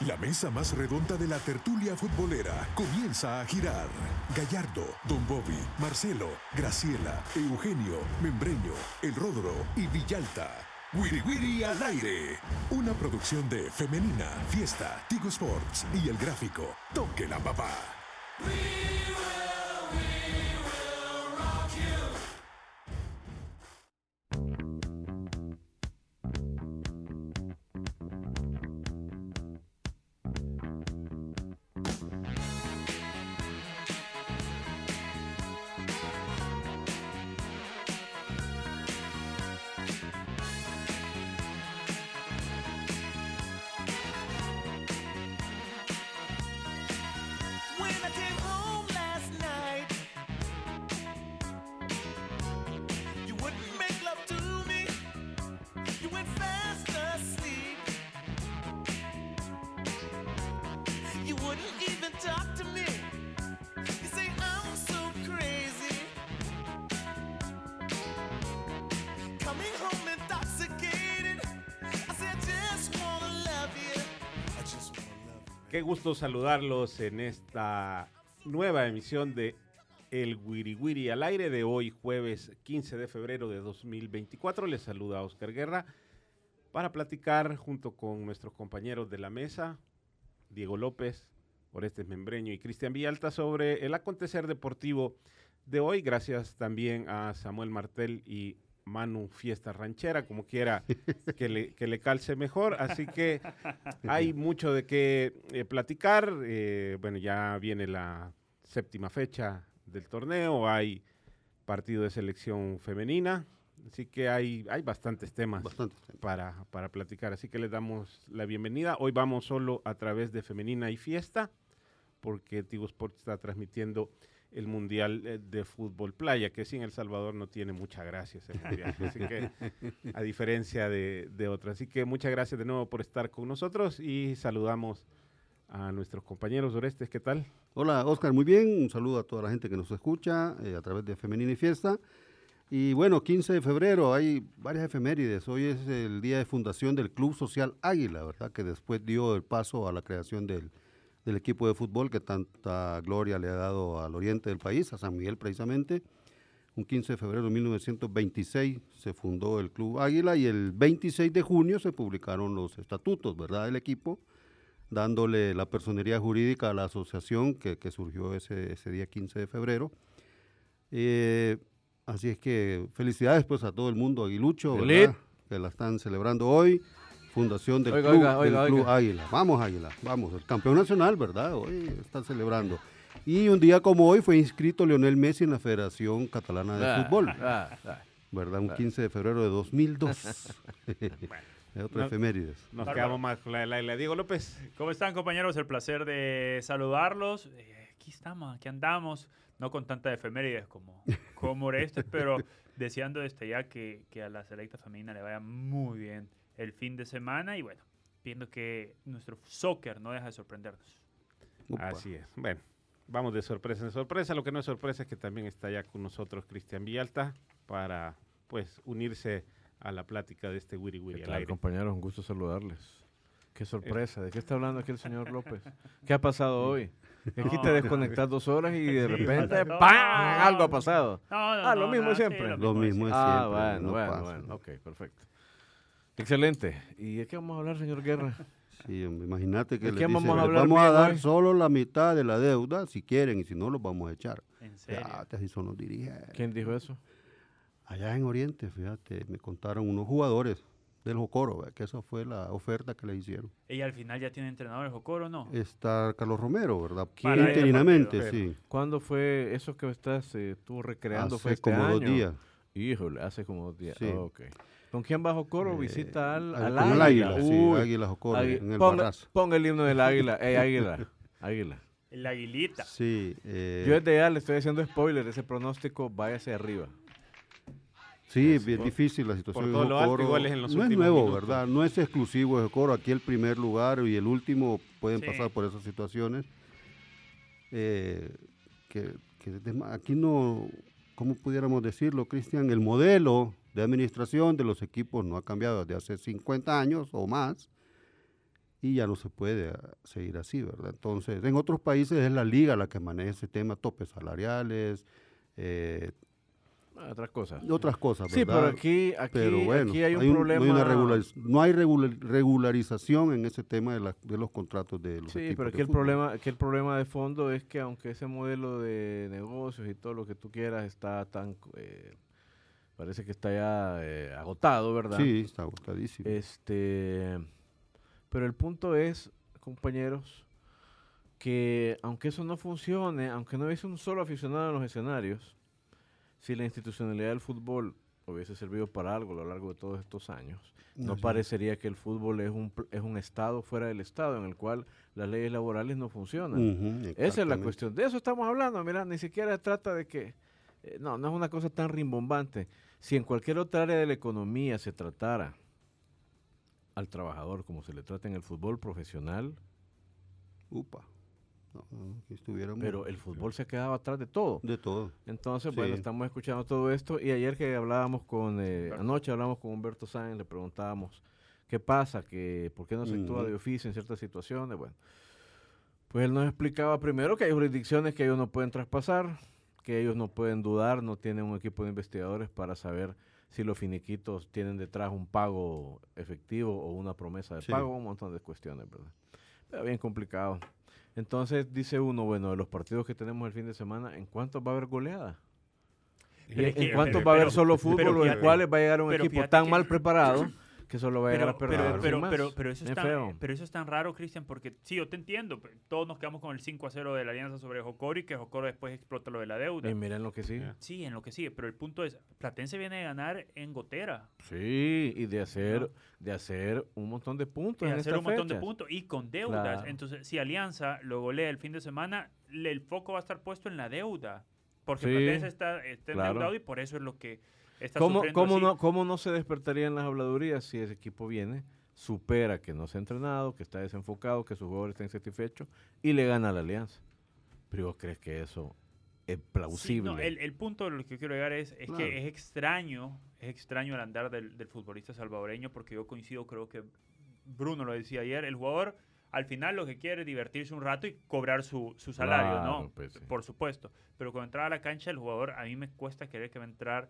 La mesa más redonda de la tertulia futbolera comienza a girar. Gallardo, Don Bobby, Marcelo, Graciela, Eugenio, Membreño, El Ródoro y Villalta. Wiri Wiri al aire. Una producción de Femenina, Fiesta, Tigo Sports y El Gráfico. Toque la papá. Qué gusto saludarlos en esta nueva emisión de El Wiri Wiri al aire de hoy, jueves 15 de febrero de 2024. Les saluda Oscar Guerra para platicar junto con nuestros compañeros de la mesa, Diego López, Orestes Membreño y Cristian Villalta, sobre el acontecer deportivo de hoy. Gracias también a Samuel Martel y Manu Fiesta Ranchera, como quiera que le calce mejor. Así que hay mucho de qué platicar. Bueno, ya viene la séptima fecha del torneo, hay partido de selección femenina, así que hay bastantes temas para platicar. Así que les damos la bienvenida. Hoy vamos solo a través de Femenina y Fiesta, porque Tigo Sports está transmitiendo el Mundial de Fútbol Playa, que sí en El Salvador no tiene mucha gracia ese mundial, así que a diferencia de otras. Así que muchas gracias de nuevo por estar con nosotros y saludamos a nuestros compañeros. Orestes, ¿qué tal? Hola, Oscar, muy bien. Un saludo a toda la gente que nos escucha a través de Femenina y Fiesta. Y bueno, 15 de febrero hay varias efemérides. Hoy es el día de fundación del Club Social Águila, ¿verdad? Que después dio el paso a la creación del equipo de fútbol que tanta gloria le ha dado al oriente del país, a San Miguel precisamente. Un 15 de febrero de 1926 se fundó el Club Águila y el 26 de junio se publicaron los estatutos, ¿verdad?, del equipo, dándole la personería jurídica a la asociación que surgió ese día 15 de febrero. Así es que felicidades pues a todo el mundo aguilucho, ¿verdad?, que la están celebrando hoy. Fundación del Club Águila. Vamos, Águila, vamos, el campeón nacional, ¿verdad? Hoy están celebrando. Y un día como hoy fue inscrito Lionel Messi en la Federación Catalana de Fútbol, ¿verdad? Un 15 de febrero de 2002. Es otra efemérides. Nos quedamos más con la Diego López. ¿Cómo están, compañeros? El placer de saludarlos. Aquí estamos, aquí andamos, no con tanta efemérides como Orestes, pero deseando desde ya que a la selecta femenina le vaya muy bien el fin de semana y bueno, viendo que nuestro soccer no deja de sorprendernos. Así es. Bueno, vamos de sorpresa en sorpresa. Lo que no es sorpresa es que también está ya con nosotros Cristian Villalta para pues unirse a la plática de este Wiri Wiri al aire. Compañeros, un gusto saludarles. Qué sorpresa. ¿De qué está hablando aquí el señor López? ¿Qué ha pasado hoy? Aquí te desconectas 2 horas y de repente ¡pam! Algo ha pasado. Lo mismo siempre. Lo mismo es siempre. Bueno. Ok, perfecto. Excelente. ¿Y de qué vamos a hablar, señor Guerra? Sí, imagínate que les vamos a dar solo la mitad de la deuda, si quieren, y si no, los vamos a echar. ¿En serio? Fíjate, así son los dirigentes. ¿Quién dijo eso? Allá en Oriente, fíjate, me contaron unos jugadores del Jocoro, que esa fue la oferta que le hicieron. ¿Y al final ya tiene entrenador el Jocoro o no? Está Carlos Romero, ¿verdad? Para interinamente, sí. ¿Cuándo fue eso que estuvo recreando? Hace ¿Fue este como año? 2 días. Híjole, hace como 2 días. Sí. Okay. ¿Con quién va Jocoro? Visita al Águila. Sí, Águila Jocoro, en el Barras. Ponga el himno del Águila. Águila. El Aguilita. Sí. Yo desde ya le estoy haciendo spoiler, ese pronóstico váyase arriba. Sí, es bien difícil la situación. Por todo lo alto, igual es en los no últimos es nuevo, minutos. ¿verdad? No es exclusivo de Jocoro. Aquí el primer lugar y el último pueden pasar por esas situaciones. Aquí no, ¿cómo pudiéramos decirlo, Cristian? El modelo de administración de los equipos no ha cambiado desde hace 50 años o más. y ya no se puede seguir así, ¿verdad? Entonces, en otros países es la liga la que maneja ese tema, topes salariales, otras cosas. ¿verdad? Sí, pero aquí bueno, aquí hay un problema. No hay regularización en ese tema de los contratos de los equipos. Sí, pero aquí el problema de fondo es que aunque ese modelo de negocios y todo lo que tú quieras está tan... parece que está ya agotado, ¿verdad? Sí, está agotadísimo. Pero el punto es, compañeros, que aunque eso no funcione, aunque no hubiese un solo aficionado en los escenarios, si la institucionalidad del fútbol hubiese servido para algo a lo largo de todos estos años, no parecería que el fútbol es un estado fuera del estado en el cual las leyes laborales no funcionan. Esa es la cuestión. De eso estamos hablando. Mira, ni siquiera se trata de que... no es una cosa tan rimbombante. Si en cualquier otra área de la economía se tratara al trabajador como se le trata en el fútbol profesional, pero el fútbol se quedaba atrás de todo. De todo. Entonces, bueno, estamos escuchando todo esto y ayer que hablábamos anoche hablamos con Humberto Sáenz, le preguntábamos qué pasa, por qué no se actúa de oficio en ciertas situaciones. Bueno, pues él nos explicaba primero que hay jurisdicciones que ellos no pueden traspasar, que ellos no pueden dudar, no tienen un equipo de investigadores para saber si los finiquitos tienen detrás un pago efectivo o una promesa de pago, un montón de cuestiones, ¿verdad? Pero bien complicado. Entonces dice uno, bueno, de los partidos que tenemos el fin de semana, ¿en cuántos va a haber goleada? ¿En cuántos va a haber solo fútbol o en cuáles va a llegar un equipo tan mal preparado que solo va a llegar a perder? Pero eso es tan raro, Cristian, porque sí, yo te entiendo. Todos nos quedamos con el 5-0 de la Alianza sobre Jocoro y que Jocoro después explota lo de la deuda. Y miren lo que sigue. Sí, en lo que sigue. Pero el punto es, Platense viene de ganar en gotera. Sí, y de hacer un montón de puntos en estas montón de puntos y con deudas. Claro. Entonces, si Alianza lo golea el fin de semana, el foco va a estar puesto en la deuda. Porque Platense está endeudado y por eso es lo que... ¿Cómo no se despertarían las habladurías si ese equipo viene, supera que no se ha entrenado, que está desenfocado, que sus jugadores estén satisfechos y le gana a la Alianza? Pero ¿vos crees que eso es plausible? Sí, no, el punto de lo que quiero llegar es que es extraño el andar del futbolista salvadoreño, porque yo coincido, creo que Bruno lo decía ayer, el jugador al final lo que quiere es divertirse un rato y cobrar su salario, claro, ¿no? Pues, sí. Por supuesto. Pero cuando entra a la cancha el jugador, a mí me cuesta creer que va a entrar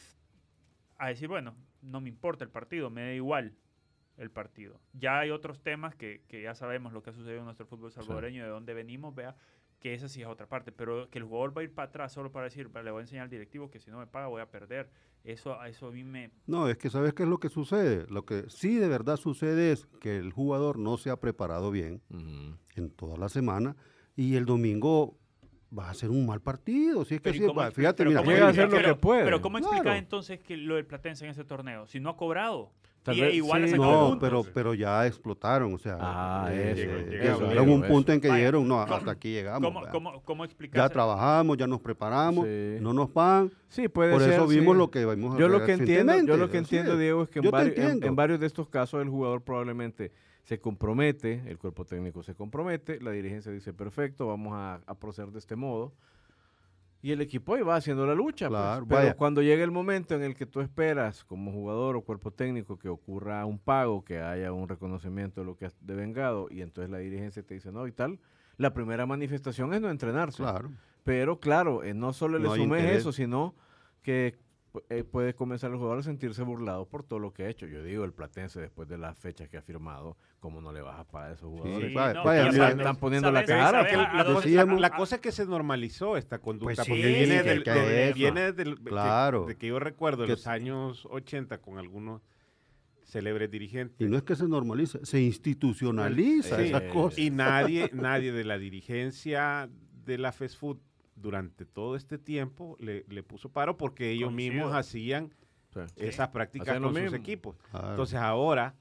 a decir, bueno, no me importa el partido, me da igual el partido. Ya hay otros temas que ya sabemos lo que ha sucedido en nuestro fútbol salvadoreño, de dónde venimos, vea, que esa sí es otra parte. Pero que el jugador va a ir para atrás solo para decir, le voy a enseñar al directivo que si no me paga voy a perder. Eso a mí me... No, es que ¿sabes qué es lo que sucede? Lo que sí de verdad sucede es que el jugador no se ha preparado bien en toda la semana y el domingo va a ser un mal partido. Si es que fíjate, mira, llega a hacer lo que puede. Pero ¿cómo explicas entonces que lo del Platense en ese torneo? Si no ha cobrado. Igual sí, no, pero ya explotaron, o sea, llegaron un punto en que dijeron, no, hasta aquí llegamos. ¿Cómo explicas? Ya trabajamos, ya nos preparamos, no nos pagan. Sí, puede por ser. Por eso vimos lo que vimos. Yo lo que entiendo, Diego, es que en varios de estos casos el jugador probablemente se compromete, el cuerpo técnico se compromete, la dirigencia dice, perfecto, vamos a proceder de este modo. Y el equipo ahí va haciendo la lucha. Claro, pues. Pero cuando llega el momento en el que tú esperas como jugador o cuerpo técnico que ocurra un pago, que haya un reconocimiento de lo que has devengado, y entonces la dirigencia te dice no y tal, la primera manifestación es no entrenarse. Claro. Pero claro, no solo le sumes eso, sino que puede comenzar el jugador a sentirse burlado por todo lo que ha hecho. Yo digo, el Platense después de las fechas que ha firmado, ¿cómo no le vas a pagar a esos jugadores? Sí, están poniendo la cara. La cosa es que se normalizó esta conducta, pues porque viene de que yo recuerdo en los años 80 con algunos célebres dirigentes. Y no es que se normalice, se institucionaliza esas cosas. Y nadie de la dirigencia de la Fast Food durante todo este tiempo le puso paro porque ellos mismos hacían esas prácticas con sus equipos. Claro. Entonces ahora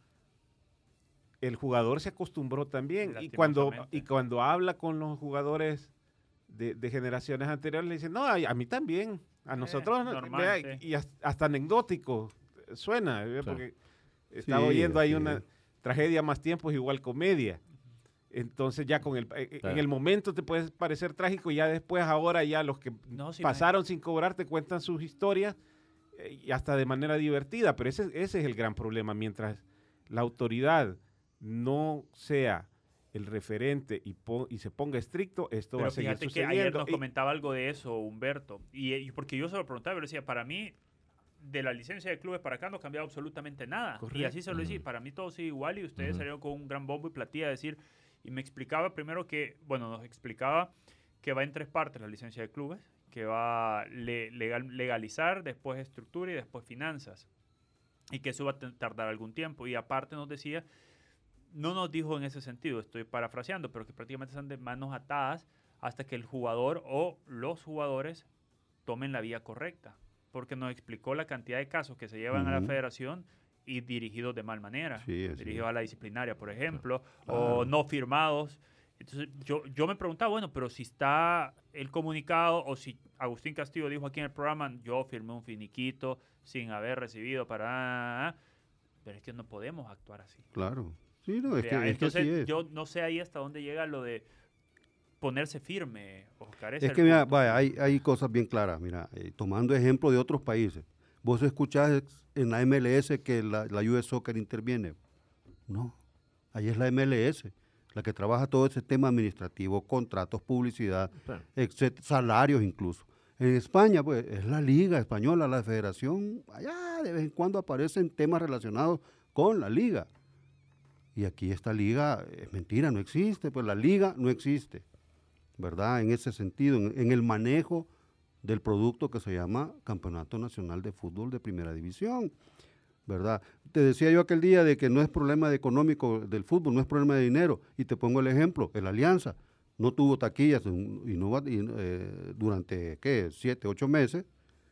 el jugador se acostumbró también y cuando habla con los jugadores de generaciones anteriores le dicen, no, a mí también, a nosotros, normal, y hasta anecdótico suena, porque estaba oyendo ahí una tragedia más tiempo es igual comedia. Entonces ya en el momento te puede parecer trágico, ya después ahora ya los que pasaron sin cobrar te cuentan sus historias y hasta de manera divertida, pero ese es el gran problema. Mientras la autoridad no sea el referente y se ponga estricto, esto Pero va a seguir fíjate sucediendo. que ayer nos comentaba algo de eso, Humberto, y porque yo se lo preguntaba, yo le decía, para mí, de la licencia de clubes para acá no ha cambiado absolutamente nada. Correcto. Y así se lo decía, para mí todo sigue igual y ustedes salieron con un gran bombo y platillo a decir, y me explicaba primero que, bueno, nos explicaba que va en 3 partes la licencia de clubes, que va legalizar, después estructura y después finanzas, y que eso va a tardar algún tiempo. Y aparte nos decía, no nos dijo en ese sentido, estoy parafraseando, pero que prácticamente están de manos atadas hasta que el jugador o los jugadores tomen la vía correcta, porque nos explicó la cantidad de casos que se llevan a la federación y dirigidos de mal manera, dirigidos a la disciplinaria, por ejemplo, o no firmados. Entonces yo me preguntaba, bueno, pero si está el comunicado, o si Agustín Castillo dijo aquí en el programa, yo firmé un finiquito sin haber recibido para... Pero es que no podemos actuar así. Claro. Sí, no, Entonces, así es. yo no sé ahí hasta dónde llega lo de ponerse firme, Oscar. Es que mira, vaya, hay cosas bien claras. Mira, tomando ejemplo de otros países. ¿Vos escuchás en la MLS que la US Soccer interviene? No, ahí es la MLS, la que trabaja todo ese tema administrativo, contratos, publicidad, etcétera, salarios incluso. En España, pues, es la Liga Española, la Federación, allá de vez en cuando aparecen temas relacionados con la Liga. Y aquí esta liga, es mentira, no existe, pues la liga no existe, ¿verdad? En ese sentido, en el manejo del producto que se llama Campeonato Nacional de Fútbol de Primera División, ¿verdad? Te decía yo aquel día de que no es problema económico del fútbol, no es problema de dinero, y te pongo el ejemplo, el Alianza no tuvo taquillas durante, ¿qué? 7, 8 meses,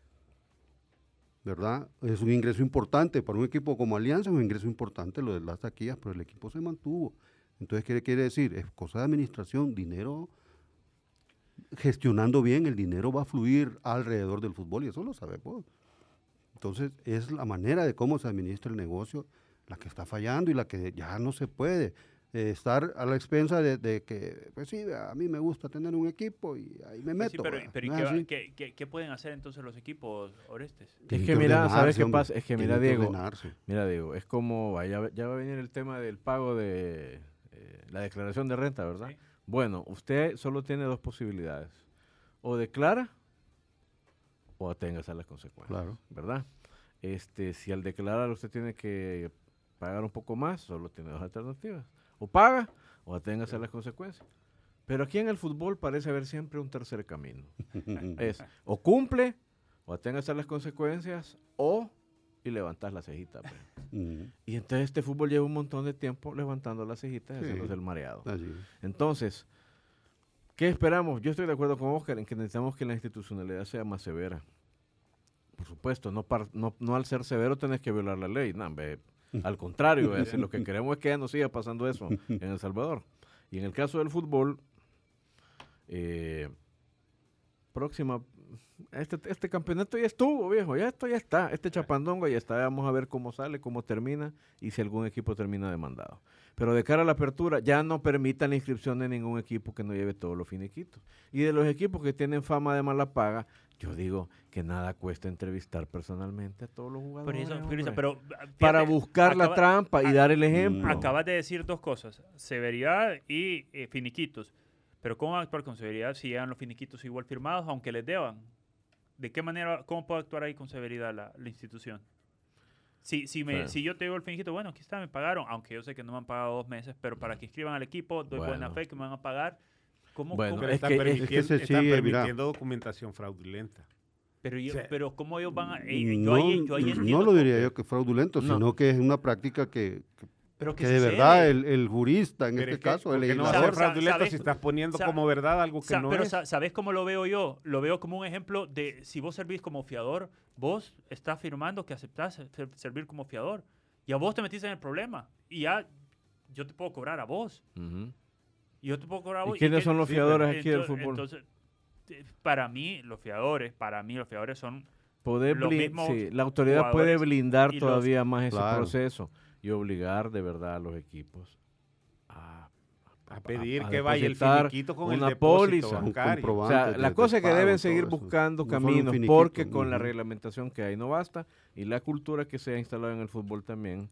¿verdad? Es un ingreso importante para un equipo como Alianza, es un ingreso importante lo de las taquillas, pero el equipo se mantuvo. Entonces, ¿qué quiere decir? Es cosa de administración, dinero, gestionando bien, el dinero va a fluir alrededor del fútbol y eso lo sabemos. Entonces, es la manera de cómo se administra el negocio la que está fallando y la que ya no se puede estar a la expensa de que, pues sí, a mí me gusta tener un equipo y ahí me meto. Sí, pero ¿y qué pueden hacer entonces los equipos, Orestes? Es que mira, ¿sabes qué pasa? Es que mira, Diego, es como, ya va a venir el tema del pago de la declaración de renta, ¿verdad? Sí. Bueno, usted solo tiene 2 posibilidades. O declara o aténgase a las consecuencias, claro, ¿verdad? Si al declarar usted tiene que pagar un poco más, solo tiene 2 alternativas. O paga o aténgase a las consecuencias. Pero aquí en el fútbol parece haber siempre un tercer camino. Es o cumple o aténgase a las consecuencias y levantas la cejita. Y entonces este fútbol lleva un montón de tiempo levantando las cejitas y haciéndose el mareado. Entonces, ¿qué esperamos? Yo estoy de acuerdo con Oscar en que necesitamos que la institucionalidad sea más severa. Por supuesto, no al ser severo tenés que violar la ley. No, al contrario, lo que queremos es que ya no siga pasando eso en El Salvador. Y en el caso del fútbol, este campeonato ya estuvo, viejo, esto ya está, este chapandongo ya está, vamos a ver cómo sale, cómo termina y si algún equipo termina demandado. Pero de cara a la apertura, ya no permitan la inscripción de ningún equipo que no lleve todos los finiquitos. Y de los equipos que tienen fama de mala paga, yo digo que nada cuesta entrevistar personalmente a todos los jugadores. Pero para buscar la trampa y dar el ejemplo. Acabas de decir 2 cosas, severidad y finiquitos. Pero ¿cómo van a actuar con severidad si llegan los finiquitos igual firmados, aunque les deban? ¿De qué manera, cómo puede actuar ahí con severidad la institución? Si yo te digo el finiquito, bueno, aquí está, me pagaron, aunque yo sé que no me han pagado 2 meses, pero para que inscriban al equipo, doy buena fe que me van a pagar. ¿Cómo? Están permitiendo documentación fraudulenta. Pero ¿cómo ellos van a...? No lo diría yo que fraudulento, sino que es una práctica que de verdad el jurista, en este caso, el legislador... No va a ser fraudulento si estás poniendo como verdad algo que no es. Pero ¿sabes cómo lo veo yo? Lo veo como un ejemplo de si vos servís como fiador, vos estás firmando que aceptás servir como fiador. Y a vos te metiste en el problema. Y ya yo te puedo cobrar a vos. Y yo te puedo cobrar a vos. ¿Y quiénes son los fiadores aquí del fútbol? Entonces, para mí los fiadores son la autoridad puede blindar todavía más ese proceso y obligar de verdad a los equipos a pedir que vaya el finiquito con el depósito bancario. O sea, la cosa es que deben seguir buscando caminos porque con la reglamentación que hay no basta y la cultura que se ha instalado en el fútbol también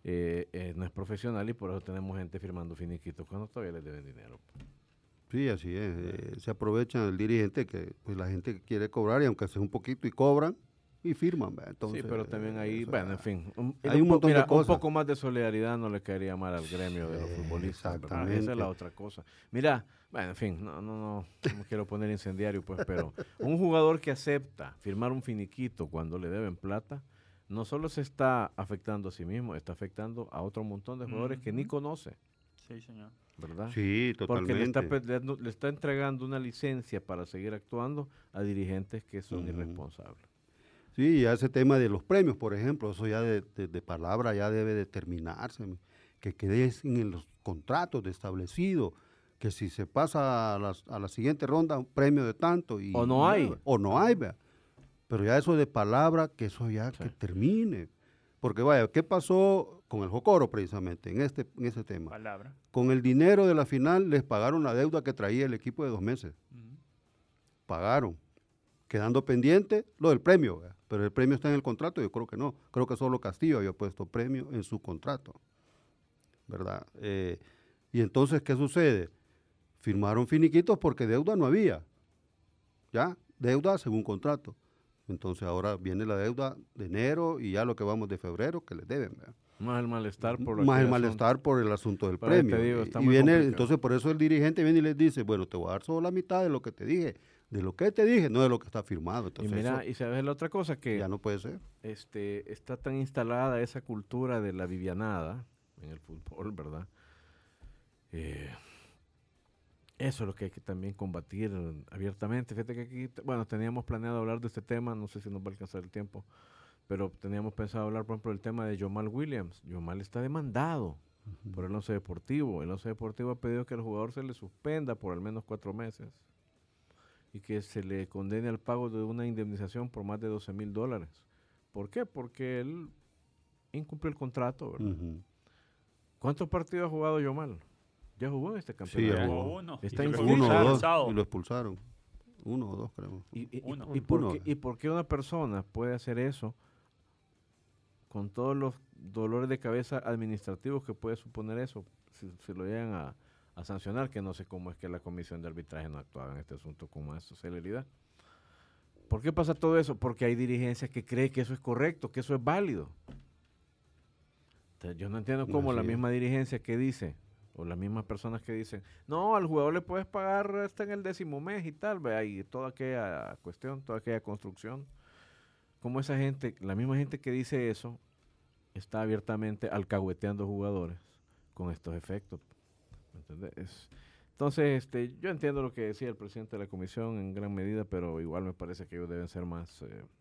no es profesional y por eso tenemos gente firmando finiquitos cuando todavía les deben dinero. Sí, así es. Se aprovechan el dirigente que pues la gente quiere cobrar y aunque sea un poquito y cobran y firman. Entonces, sí, pero también ahí, bueno, en fin. Hay un montón de cosas. Un poco más de solidaridad no le caería mal al gremio de los futbolistas. Exactamente. Esa es la otra cosa. Mira, bueno, en fin, no me quiero poner incendiario, pues, pero un jugador que acepta firmar un finiquito cuando le deben plata, no solo se está afectando a sí mismo, está afectando a otro montón de jugadores que ni conoce. Sí, señor. ¿Verdad? Sí, totalmente. Porque le está entregando una licencia para seguir actuando a dirigentes que son irresponsables. Sí, ya ese tema de los premios, por ejemplo, eso ya de palabra ya debe determinarse, que quede en los contratos de establecido, que si se pasa a la siguiente ronda un premio de tanto y o no hay. O no hay, vea. Pero ya eso de palabra, que eso ya que termine. Porque vaya, ¿qué pasó con el Jocoro precisamente en ese tema? Palabra. Con el dinero de la final les pagaron la deuda que traía el equipo de 2 meses. Pagaron. Quedando pendiente lo del premio, ¿verdad? Pero el premio está en el contrato, yo creo que no. Creo que solo Castillo había puesto premio en su contrato, ¿verdad? Y entonces, ¿qué sucede? Firmaron finiquitos porque deuda no había, ¿ya? Deuda según contrato. Entonces ahora viene la deuda de enero y ya lo que vamos de febrero que les deben, ¿verdad? Más el malestar por el asunto del pero premio. Te digo, está y muy viene, complicado. entonces por eso el dirigente viene y les dice, bueno, te voy a dar solo la mitad de lo que te dije. De lo que te dije, no de lo que está firmado. Entonces, y mira, y sabes la otra cosa que ya no puede ser. Está tan instalada esa cultura de la vivianada en el fútbol, ¿verdad? Eso es lo que hay que también combatir abiertamente. Fíjate que aquí, bueno, teníamos planeado hablar de este tema, no sé si nos va a alcanzar el tiempo, pero teníamos pensado hablar, por ejemplo, del tema de Jamal Williams. Jamal está demandado por el Once Deportivo. El Once Deportivo ha pedido que el jugador se le suspenda por al menos 4 meses y que se le condene al pago de una indemnización por más de $12,000. ¿Por qué? Porque él incumplió el contrato, ¿verdad? ¿Cuántos partidos ha jugado Jamal? Ya jugó en este campeonato. Sí, ya jugó uno. Está uno o dos, expulsado. y lo expulsaron. 1 o 2, creo. ¿Y por qué una persona puede hacer eso con todos los dolores de cabeza administrativos que puede suponer eso si lo llegan a sancionar? Que no sé cómo es que la comisión de arbitraje no actuaba en este asunto con más celeridad. ¿Por qué pasa todo eso? Porque hay dirigencias que creen que eso es correcto, que eso es válido. Entonces, yo no entiendo cómo la misma dirigencia que dice, o las mismas personas que dicen, no, al jugador le puedes pagar hasta en el 10º mes y tal, ¿ve? Y toda aquella cuestión, toda aquella construcción. Como esa gente, la misma gente que dice eso, está abiertamente alcahueteando jugadores con estos efectos. ¿Entendés? Entonces, yo entiendo lo que decía el presidente de la comisión en gran medida, pero igual me parece que ellos deben ser más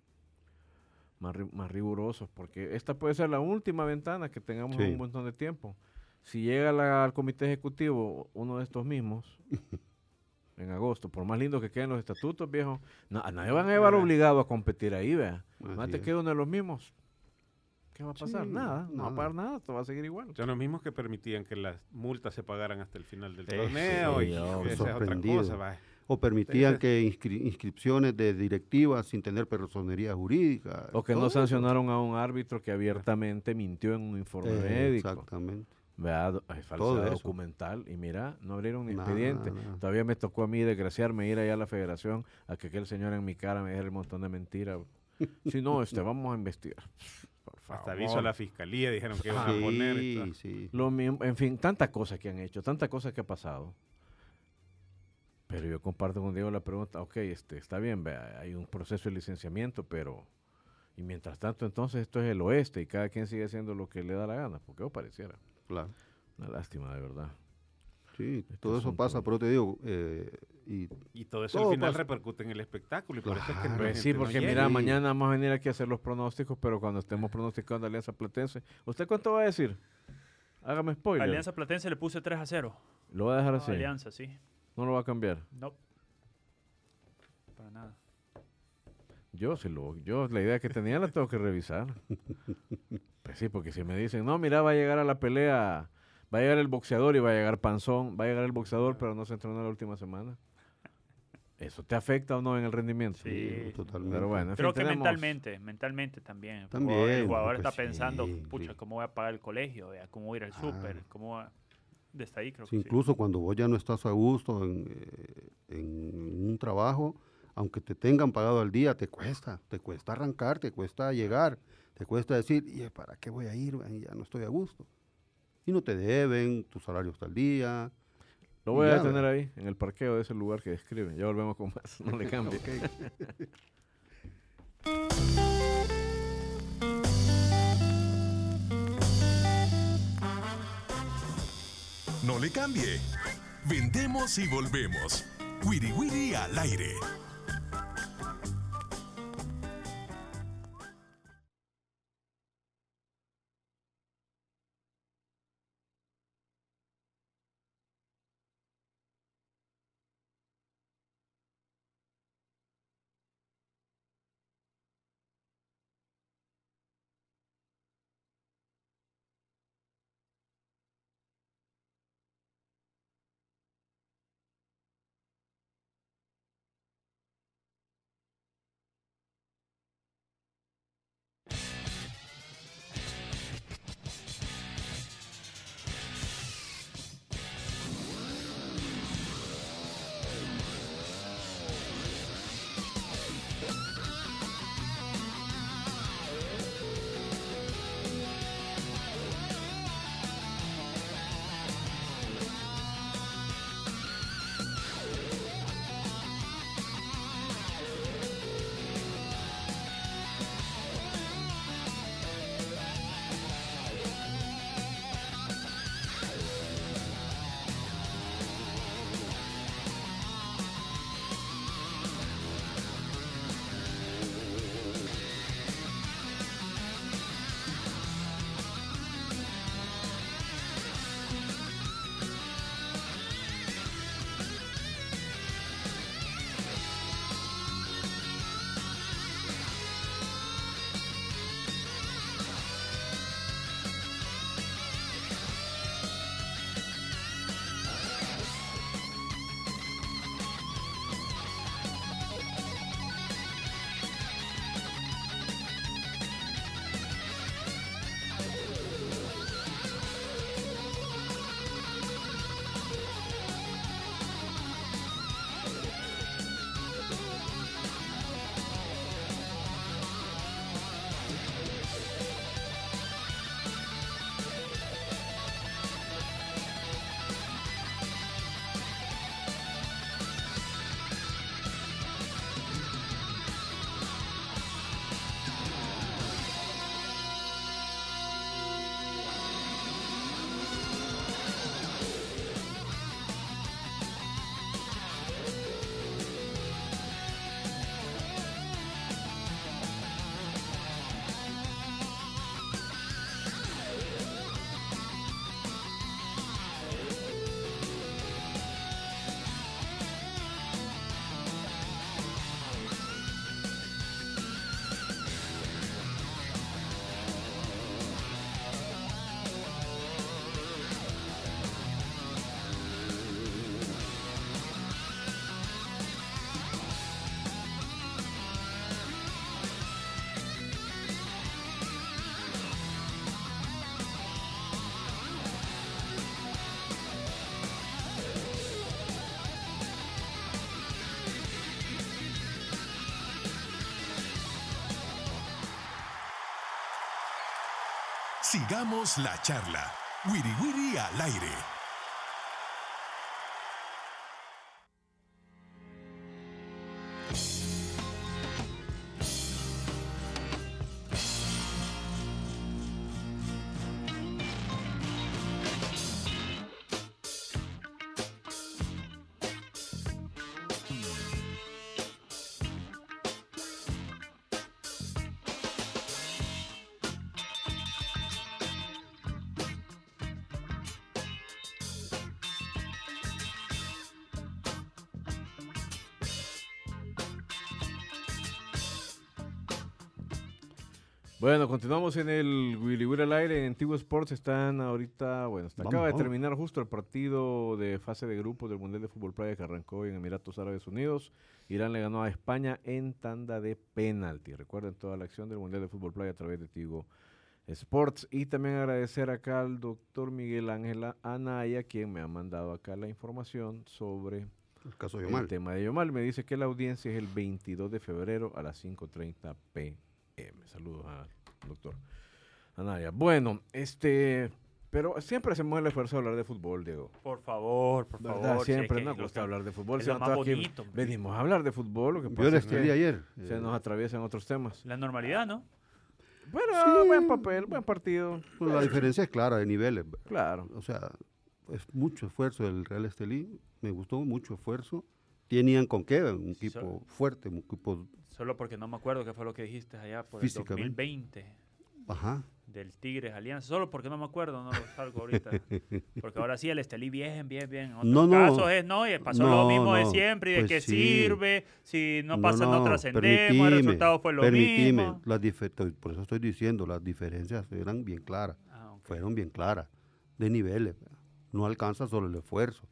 rigurosos, porque esta puede ser la última ventana que tengamos en un montón de tiempo. Si llega al comité ejecutivo uno de estos mismos en agosto, por más lindo que queden los estatutos, viejo, a nadie van a llevar obligado a competir ahí, vea. Más te queda uno de los mismos. ¿Qué va a pasar? Nada, no va a pasar nada, todo va a seguir igual. Son los mismos que permitían que las multas se pagaran hasta el final del torneo y esa es otra cosa. O permitían que inscripciones de directivas sin tener personería jurídica. O que no sancionaron a un árbitro que abiertamente mintió en un informe médico. Exactamente. Vea, hay falsedad documental y mira, no abrieron ni expediente. Todavía me tocó a mí desgraciarme ir allá a la federación a que aquel señor en mi cara me dijera un montón de mentiras. Si no, vamos a investigar. Por favor. Hasta aviso a la fiscalía dijeron que iban a poner. Lo mismo, en fin, tantas cosas que han hecho, tantas cosas que ha pasado. Pero yo comparto con Diego la pregunta, ok, está bien, vea, hay un proceso de licenciamiento, pero y mientras tanto entonces esto es el oeste y cada quien sigue haciendo lo que le da la gana, porque pareciera. Claro. Una lástima, de verdad. Sí, todo eso pasa, pero te digo... y todo eso al final repercute en el espectáculo. Y por eso es que pues sí, porque mira, mañana vamos a venir aquí a hacer los pronósticos, pero cuando estemos pronosticando a Alianza Platense, ¿usted cuánto va a decir? Hágame spoiler. Alianza Platense le puse 3-0. ¿Lo va a dejar así? Alianza, sí. ¿No lo va a cambiar? No. Para nada. Yo la idea que tenía la tengo que revisar. Pues sí, porque si me dicen, no, mira, va a llegar a la pelea, va a llegar el boxeador y va a llegar Panzón, va a llegar el boxeador, pero no se entrenó la última semana. ¿Eso te afecta o no en el rendimiento? Sí, totalmente. Pero bueno, en creo fin, que tenemos... mentalmente también. También, El jugador porque está pensando, sí, pucha, sí. ¿cómo voy a pagar el colegio? Vea? ¿Cómo voy a ir al súper? Claro. ¿Cómo va? Desde ahí creo Sí, que incluso cuando vos ya no estás a gusto en un trabajo, aunque te tengan pagado al día, te cuesta arrancar, te cuesta llegar, te cuesta decir, ¿y para qué voy a ir? Ya no estoy a gusto. Y no te deben, tu salario está al día. Lo y voy a ya, detener ¿verdad? ahí, en el parqueo de ese lugar que describen. Ya volvemos con más, no le cambie. No le cambie. Vendemos y volvemos. Wiri Wiri al aire. Sigamos la charla. Wiri Wiri al aire. Bueno, continuamos en el Willy Willy al aire. En Tigo Sports están ahorita, acaba de terminar justo el partido de fase de grupos del Mundial de Fútbol Playa que arrancó en Emiratos Árabes Unidos. Irán le ganó a España en tanda de penalti. Recuerden toda la acción del Mundial de Fútbol Playa a través de Tigo Sports. Y también agradecer acá al doctor Miguel Ángel Anaya, quien me ha mandado acá la información sobre el caso de Yomal. El tema de Yomal. Me dice que la audiencia es el 22 de febrero a las 5:30 p.m. Saludos al doctor Anaya. Bueno, pero siempre hacemos el esfuerzo de hablar de fútbol, Diego. Por favor. Siempre nos gusta hablar de fútbol. Es lo más bonito. Venimos a hablar de fútbol. Lo que pasa es que ayer. Se nos atraviesan otros temas. La normalidad, ¿no? Bueno, sí. Buen papel, buen partido. Bueno, la diferencia es clara de niveles. Claro. O sea, es mucho esfuerzo del Real Estelí. Me gustó mucho esfuerzo. Tenían con qué, un equipo fuerte, un equipo... Solo porque no me acuerdo qué fue lo que dijiste allá por el 2020. Ajá. Del Tigres Alianza. Solo porque no me acuerdo, no lo salgo ahorita. Porque ahora sí, el Estelí bien. En otros casos pasó lo mismo de siempre y de qué sirve. Si no pasa, no trascendemos, el resultado fue lo mismo. Por eso estoy diciendo, las diferencias eran bien claras. Fueron bien claras, de niveles. No alcanza solo el esfuerzo.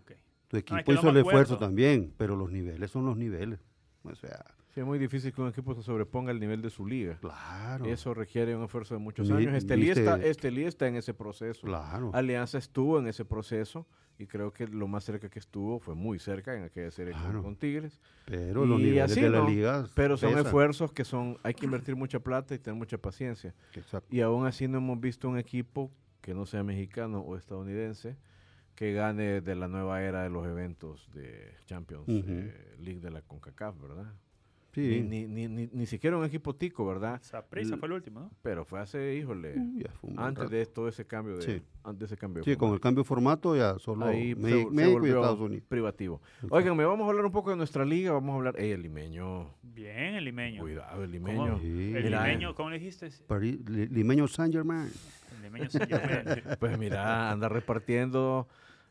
Tu equipo hizo el esfuerzo también, pero los niveles son los niveles. O sea... Sí, es muy difícil que un equipo se sobreponga al nivel de su liga. Claro. Eso requiere un esfuerzo de muchos años. Estelí está en ese proceso. Claro. Alianza estuvo en ese proceso y creo que lo más cerca que estuvo fue muy cerca en aquella serie con Tigres. Pero los niveles de la liga pero son esfuerzos que hay que invertir mucha plata y tener mucha paciencia. Exacto. Y aún así no hemos visto un equipo que no sea mexicano o estadounidense que gane de la nueva era de los eventos de Champions League de la CONCACAF, ¿verdad? Sí. Ni siquiera un equipo tico, ¿verdad? Saprissa fue el último, ¿no? Pero fue hace, antes de todo ese cambio de Sí, con el cambio de formato ya solo ahí México y Estados Unidos. Privativo. Oigan, vamos a hablar un poco de nuestra liga, vamos a hablar, el limeño. Bien, el limeño. Cuidado, el limeño. El limeño, ¿cómo le dijiste? Limeño Saint-Germain. El limeño Saint-Germain. Pues mira, anda repartiendo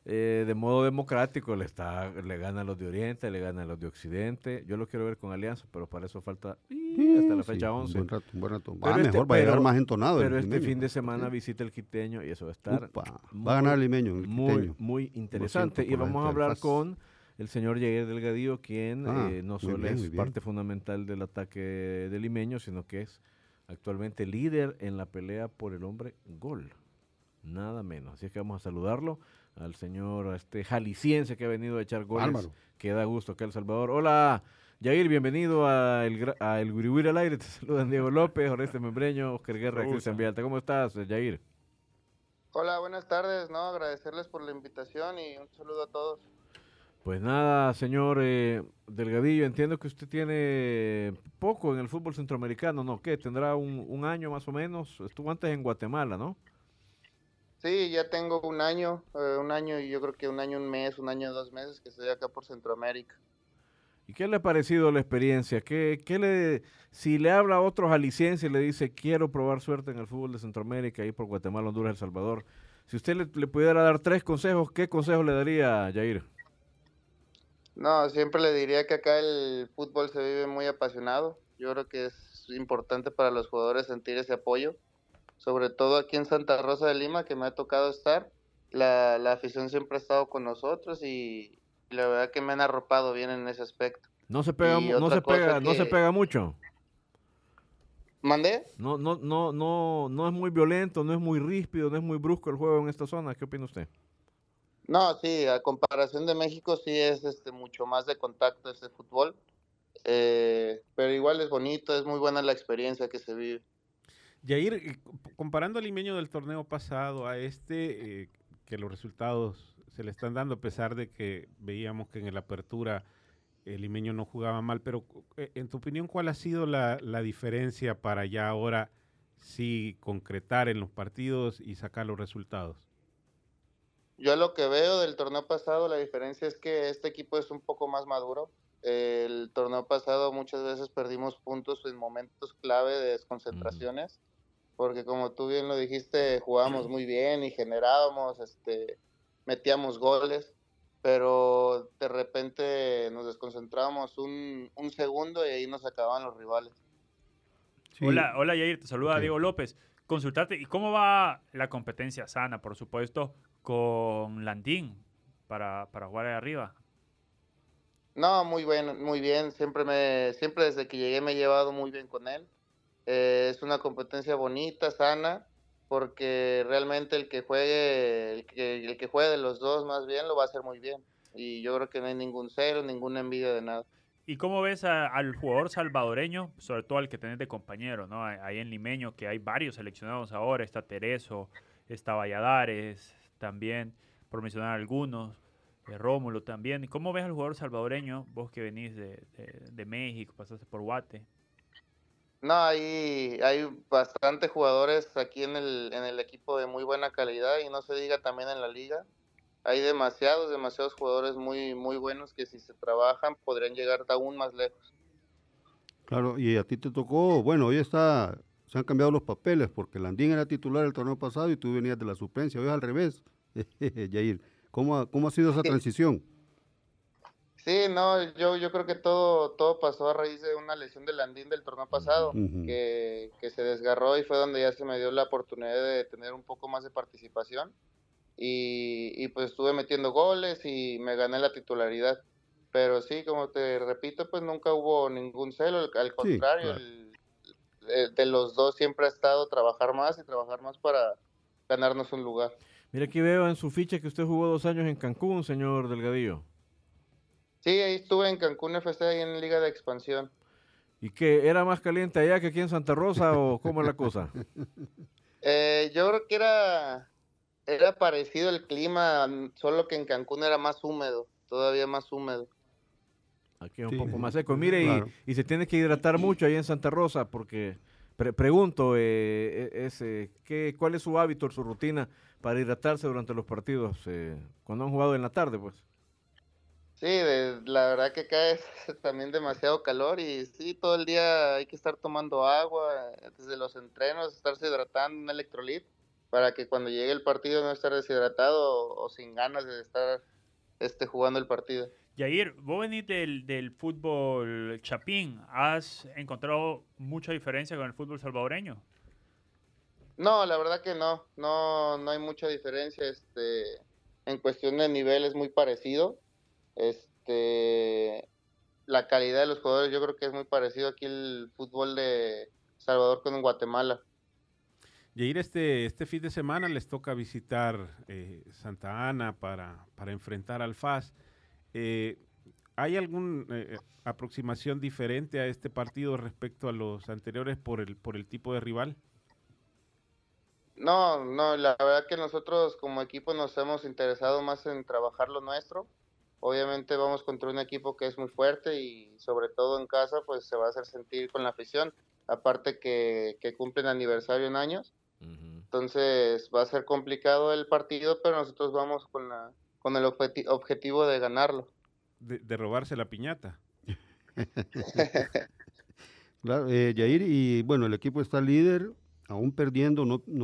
de modo democrático, le gana a los de Oriente, le gana a los de Occidente. Yo lo quiero ver con Alianza, pero para eso falta hasta la fecha 11. Un buen rato. Mejor va a llegar más entonado. Pero este fin de semana visita el Quiteño y eso va a estar va a ganar el limeño. Muy interesante. Y vamos a hablar con el señor Jair Delgadillo, quien no solo es parte fundamental del ataque del limeño, sino que es actualmente líder en la pelea por el hombre gol. Nada menos. Así es que vamos a saludarlo al señor jalisciense que ha venido a echar goles. Álvaro. Que da gusto acá en El Salvador. Hola, Jair, bienvenido a el Guirihuiri al aire. Te saludan Diego López, Oreste Membreño, Oscar Guerra, Cristian Vialta. ¿Cómo estás, Jair? Hola, buenas tardes. Agradecerles por la invitación y un saludo a todos. Pues nada, señor Delgadillo, entiendo que usted tiene poco en el fútbol centroamericano, ¿no? ¿Qué? ¿Tendrá un año más o menos? Estuvo antes en Guatemala, ¿no? Sí, ya tengo un año y yo creo que un año, 2 meses que estoy acá por Centroamérica. ¿Y qué le ha parecido la experiencia? Si le habla a otro jalisciense y le dice, quiero probar suerte en el fútbol de Centroamérica, ahí por Guatemala, Honduras, El Salvador, si usted le pudiera dar 3 consejos, ¿qué consejos le daría, Jair? No, siempre le diría que acá el fútbol se vive muy apasionado. Yo creo que es importante para los jugadores sentir ese apoyo. Sobre todo aquí en Santa Rosa de Lima, que me ha tocado estar, la afición siempre ha estado con nosotros y la verdad que me han arropado bien en ese aspecto. No se pega mucho. ¿Mandé? No es muy violento, no es muy ríspido, no es muy brusco el juego en esta zona. ¿Qué opina usted? No, sí, a comparación de México sí es mucho más de contacto este fútbol, pero igual es bonito, es muy buena la experiencia que se vive. Jair, comparando al limeño del torneo pasado a que los resultados se le están dando, a pesar de que veíamos que en la apertura el limeño no jugaba mal, pero en tu opinión, ¿cuál ha sido la diferencia para ya ahora sí concretar en los partidos y sacar los resultados? Yo lo que veo del torneo pasado, la diferencia es que este equipo es un poco más maduro. El torneo pasado muchas veces perdimos puntos en momentos clave de desconcentraciones, porque como tú bien lo dijiste, jugábamos muy bien y generábamos, metíamos goles, pero de repente nos desconcentrábamos un segundo y ahí nos acababan los rivales. Sí. Hola, Yair, te saluda Diego López. Consultarte, ¿y cómo va la competencia sana, por supuesto, con Landín para jugar ahí arriba? No, muy bien. Siempre desde que llegué me he llevado muy bien con él. Es una competencia bonita, sana, porque realmente el que juegue de los dos más bien lo va a hacer muy bien. Y yo creo que no hay ningún cero, ninguna envidia de nada. ¿Y cómo ves al jugador salvadoreño, sobre todo al que tenés de compañero, ¿no? Ahí en Limeño, que hay varios seleccionados ahora, está Tereso, está Valladares también, por mencionar algunos, Rómulo también. ¿Y cómo ves al jugador salvadoreño, vos que venís de México, pasaste por Guate? No, hay bastantes jugadores aquí en el equipo de muy buena calidad y no se diga también en la liga. Hay demasiados jugadores muy, muy buenos que si se trabajan podrían llegar aún más lejos. Claro, y a ti te tocó, bueno, se han cambiado los papeles porque Landín era titular el torneo pasado y tú venías de la suplencia, hoy es al revés. Yair, ¿cómo ha sido esa transición? Sí, no, yo creo que todo pasó a raíz de una lesión de Landín del torneo pasado, que se desgarró y fue donde ya se me dio la oportunidad de tener un poco más de participación y pues estuve metiendo goles y me gané la titularidad. Pero sí, como te repito, pues nunca hubo ningún celo, al contrario, Sí, claro. de los dos siempre ha estado trabajar más para ganarnos un lugar. Mira, aquí veo en su ficha que usted jugó 2 años en Cancún, señor Delgadillo. Sí, ahí estuve en Cancún FC, ahí en Liga de Expansión. ¿Y qué? ¿Era más caliente allá que aquí en Santa Rosa o cómo es la cosa? Yo creo que era parecido el clima, solo que en Cancún era más húmedo, todavía más húmedo. Aquí es un Sí, poco más seco. Mire, claro. y se tiene que hidratar mucho ahí en Santa Rosa porque, pregunto, ¿cuál es su hábito, su rutina para hidratarse durante los partidos? Cuando han jugado en la tarde, pues. Sí, la verdad que acá es también demasiado calor y sí, todo el día hay que estar tomando agua, desde los entrenos, estarse hidratando, un electrolit, para que cuando llegue el partido no estar deshidratado o sin ganas de estar jugando el partido. Yair, vos venís del fútbol chapín. ¿Has encontrado mucha diferencia con el fútbol salvadoreño? No, la verdad que no hay mucha diferencia, en cuestión de nivel es muy parecido. La calidad de los jugadores yo creo que es muy parecido aquí el fútbol de Salvador con Guatemala. Yair, este fin de semana les toca visitar Santa Ana para enfrentar al FAS. ¿Hay alguna aproximación diferente a este partido respecto a los anteriores por el tipo de rival? No, la verdad que nosotros como equipo nos hemos interesado más en trabajar lo nuestro. Obviamente vamos contra un equipo que es muy fuerte y sobre todo en casa pues se va a hacer sentir con la afición. Aparte que cumplen aniversario en años. Entonces va a ser complicado el partido, pero nosotros vamos con el objetivo de ganarlo. De robarse la piñata. Claro, Yair, y bueno, el equipo está líder, aún perdiendo,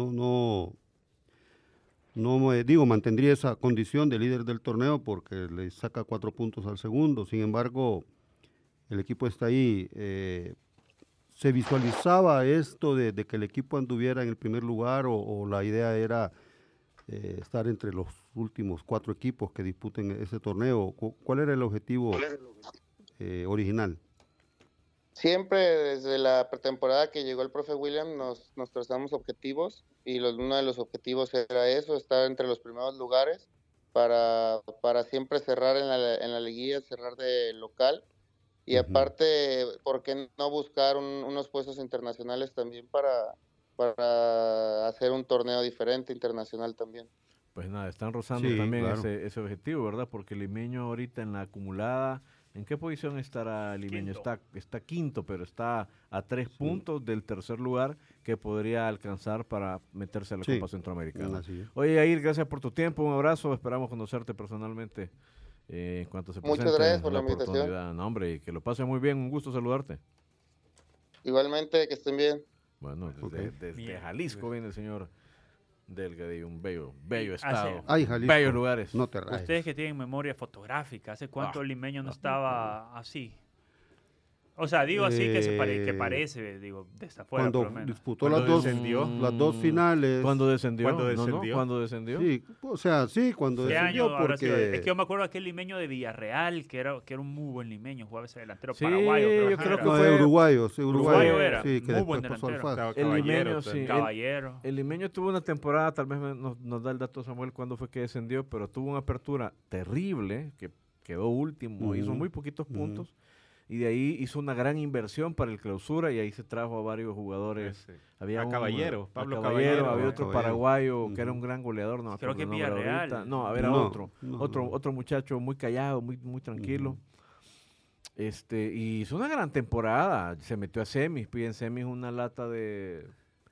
mantendría esa condición de líder del torneo porque le saca 4 puntos al segundo. Sin embargo, el equipo está ahí. ¿Se visualizaba esto de que el equipo anduviera en el primer lugar o la idea era estar entre los últimos 4 equipos que disputen ese torneo? ¿Cuál era el objetivo original? Siempre desde la pretemporada que llegó el profe William nos trazamos objetivos y uno de los objetivos era eso, estar entre los primeros lugares para siempre cerrar en la liguilla, cerrar de local y aparte, ¿por qué no buscar unos puestos internacionales también para hacer un torneo diferente internacional también? Pues nada, están rozando también ese objetivo, ¿verdad? Porque Limeño ahorita en la acumulada, ¿en qué posición estará Limeño? Está quinto, pero está a 3 puntos del tercer lugar que podría alcanzar para meterse a la Copa Centroamericana. Oye, Yair, gracias por tu tiempo, un abrazo, esperamos conocerte personalmente en cuanto se presente. Muchas gracias por la invitación. No, hombre, y que lo pase muy bien, un gusto saludarte. Igualmente, que estén bien. Bueno, desde Jalisco viene el señor Delgadillo, un bello estado, Jalisco, bellos lugares. No te rayes. Ustedes que tienen memoria fotográfica, ¿hace cuánto el Limeño no estaba así? O sea, digo así que parece, digo, de esta fuera por lo Cuando menos. disputó Cuando las dos finales. ¿Cuándo descendió? ¿Cuándo descendió? No, ¿cuándo descendió? Sí, o sea, sí, cuando ¿Qué año descendió, habrá sido? Es porque que yo me acuerdo de aquel limeño de Villarreal, que era un muy buen limeño, jugaba ese delantero Sí, paraguayo. yo creo que no, fue es uruguayo, sí, Uruguayo era, sí, que muy buen después pasó al delantero. FAS. Estaba El Caballero limeño, sí. también. Caballero. El limeño tuvo una temporada, tal vez nos da el dato Samuel cuándo fue que descendió, pero tuvo una apertura terrible, que quedó último, hizo muy poquitos puntos, y de ahí hizo una gran inversión para el clausura, y ahí se trajo a varios jugadores. Ese. Había A un, Caballero, a Pablo Caballero, Caballero. había otro Caballero. paraguayo que era un gran goleador, no me Creo acuerdo que el nombre Villarreal. ahorita. No, a ver, a No, otro, no, otro, no. otro muchacho muy callado, muy tranquilo. Y hizo una gran temporada, se metió a semis, en semis una lata de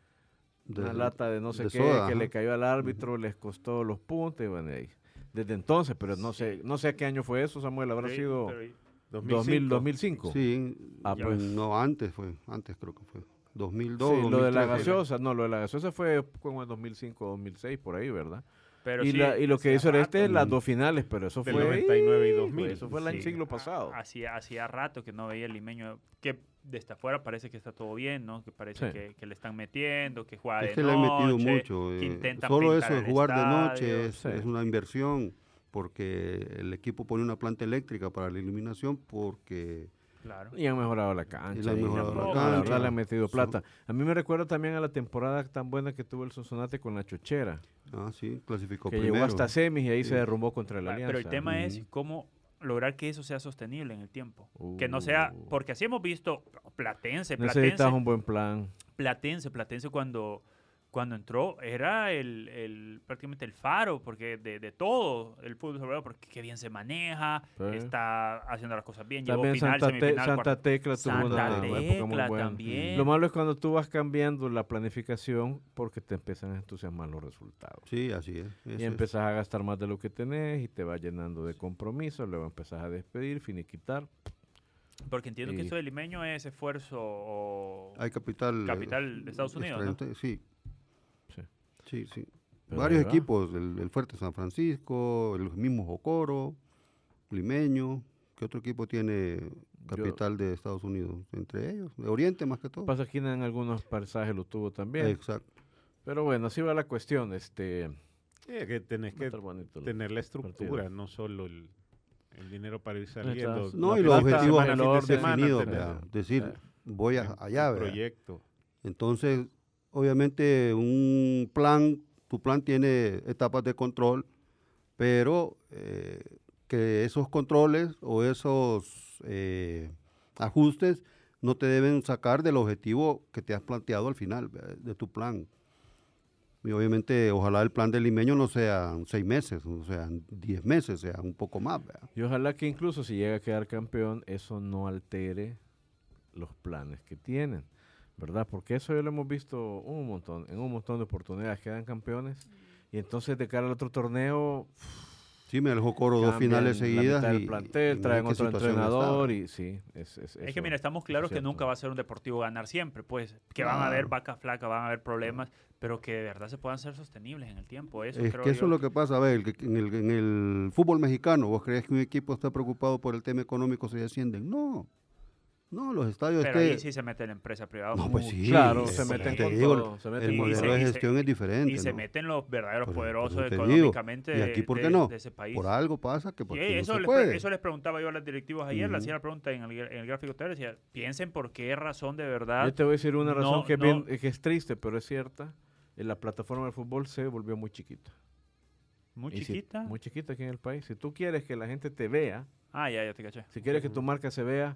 no sé de qué, soda, que ajá. le cayó al árbitro, les costó los puntos, y bueno, ahí, desde entonces, pero no sé a qué año fue eso, Samuel, habrá Sí, sido pero- 2005. Sí, Ah, pues. no, antes creo que fue. 2002, Sí, lo de la 2003. gaseosa, lo de la gaseosa fue como en 2005, 2006, por ahí, ¿verdad? pero Y, sí, lo que hacía hizo rato. las dos finales, pero eso Del fue 99 y 2000. Eso fue el Sí. siglo pasado. Hacía rato que no veía el limeño, que desde afuera parece que está todo bien, ¿no? Que parece Sí. que le están metiendo, que juega Es de que le han metido noche, mucho. que intentan Solo pintar eso de el jugar de estadio. noche Sí. es una inversión, porque el equipo pone una planta eléctrica para la iluminación, porque Claro. Y han mejorado la cancha. Y le han mejorado la la cancha. verdad le han metido Sí. plata. A mí me recuerda también a la temporada tan buena que tuvo el Sonsonate con la Chochera, sí, clasificó que primero. llegó hasta semis y ahí Sí. se derrumbó contra el Ah, Alianza. pero el tema es Ujú. cómo lograr que eso sea sostenible en el tiempo. Que no sea, porque así hemos visto Platense Necesitas un buen plan. cuando entró era prácticamente el faro porque de todo el fútbol salvadoreño, porque qué bien se maneja, Sí. está haciendo las cosas bien, También llegó final, semifinal, Santa cuarto. Tecla tuvo una Santa época muy Tecla buena. también. Lo malo es cuando tú vas cambiando la planificación porque te empiezan a entusiasmar los resultados. Sí, así es. Y eso es. empezás a gastar más de lo que tenés y te vas llenando de compromisos, luego empezás a despedir, finiquitar. Porque entiendo que Y- eso del limeño es esfuerzo o Hay capital. capital de Estados Unidos, ¿no? Sí. Sí. Sí, sí. Pero Varios ahí va. equipos, el Fuerte San Francisco, el mismo Jocoro, Limeño. ¿Qué otro equipo tiene capital de Estados Unidos? Entre ellos, de Oriente más que todo. Pasaquina en algunos pasajes lo tuvo también. Exacto. Pero bueno, así va la cuestión. Sí, que tenés Va a que estar bonito el tener la estructura, partido. no solo el dinero para ir saliendo. Exacto. No, La y los plata, objetivos semana, fin de semana, definidos, tener ¿verdad? Decir, voy allá, un ¿verdad? proyecto. Entonces, obviamente, tu plan tiene etapas de control, pero que esos controles o esos ajustes no te deben sacar del objetivo que te has planteado al final, ¿verdad? De tu plan. Y obviamente, ojalá el plan del limeño no sean 6 meses, o sean 10 meses, sea un poco más, ¿verdad? Y ojalá que incluso si llega a quedar campeón, eso no altere los planes que tienen, ¿verdad? Porque eso ya lo hemos visto en un montón de oportunidades, quedan campeones y entonces de cara al otro torneo Sí, me dejó Coro 2 finales cambian seguidas. la mitad del y plantel, mira traen qué otro situación entrenador estaba. y sí, es Es que eso, mira, estamos claros es que cierto. nunca va a ser un deportivo ganar siempre, pues, que van a haber Claro. vacas flacas, van a haber problemas, pero que de verdad se puedan ser sostenibles en el tiempo. Eso Es creo que eso yo. es lo que pasa, a ver, que en el fútbol mexicano, ¿vos crees que un equipo está preocupado por el tema económico si descienden? No, los estadios Pero es que... ahí sí se mete la empresa privada. No, pues mucho. sí, Claro, sí, se meten te con digo, todo, se meten el con modelo todo. de Y se- gestión es diferente. Y se ¿no? meten los verdaderos Por poderosos eso te digo. económicamente ¿Y aquí por qué de- no? de ese país. Por algo pasa que Y porque eso, no se les puede. eso les preguntaba yo a las directivas ayer, le Ujú. hacía la pregunta en el gráfico TV, decía, piensen por qué razón de verdad. Yo te voy a decir una razón No, que, no. que es triste, pero es cierta. La plataforma del fútbol se volvió muy chiquita. Muy Y si- chiquita. muy chiquita aquí en el país. Si tú quieres que la gente te vea, Ya te caché. si quieres que tu marca se vea,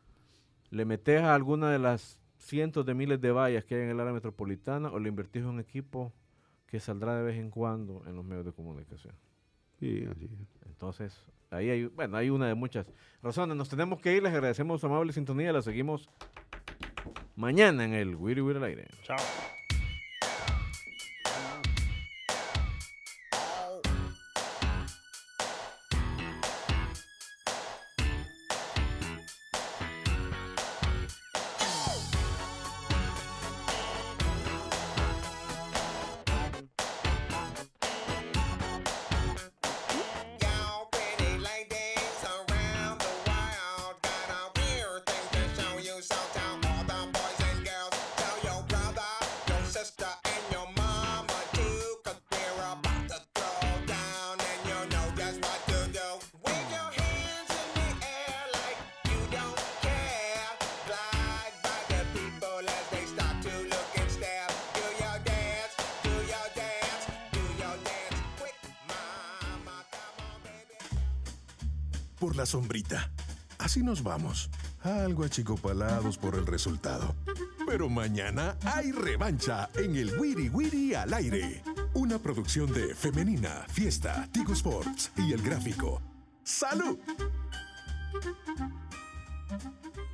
le metes a alguna de las cientos de miles de vallas que hay en el área metropolitana o le invertís en un equipo que saldrá de vez en cuando en los medios de comunicación. Sí, así es. Entonces, ahí hay una de muchas razones. Nos tenemos que ir, les agradecemos su amable sintonía, la seguimos mañana en el Wiri Wiri al aire. Chao. Y'all pretty ladies around the world got a weird thing to show por la sombrita. Así nos vamos, algo achicopalados por el resultado. Pero mañana hay revancha en el Wiri Wiri al aire. Una producción de Femenina, Fiesta, Tigo Sports y El Gráfico. ¡Salud!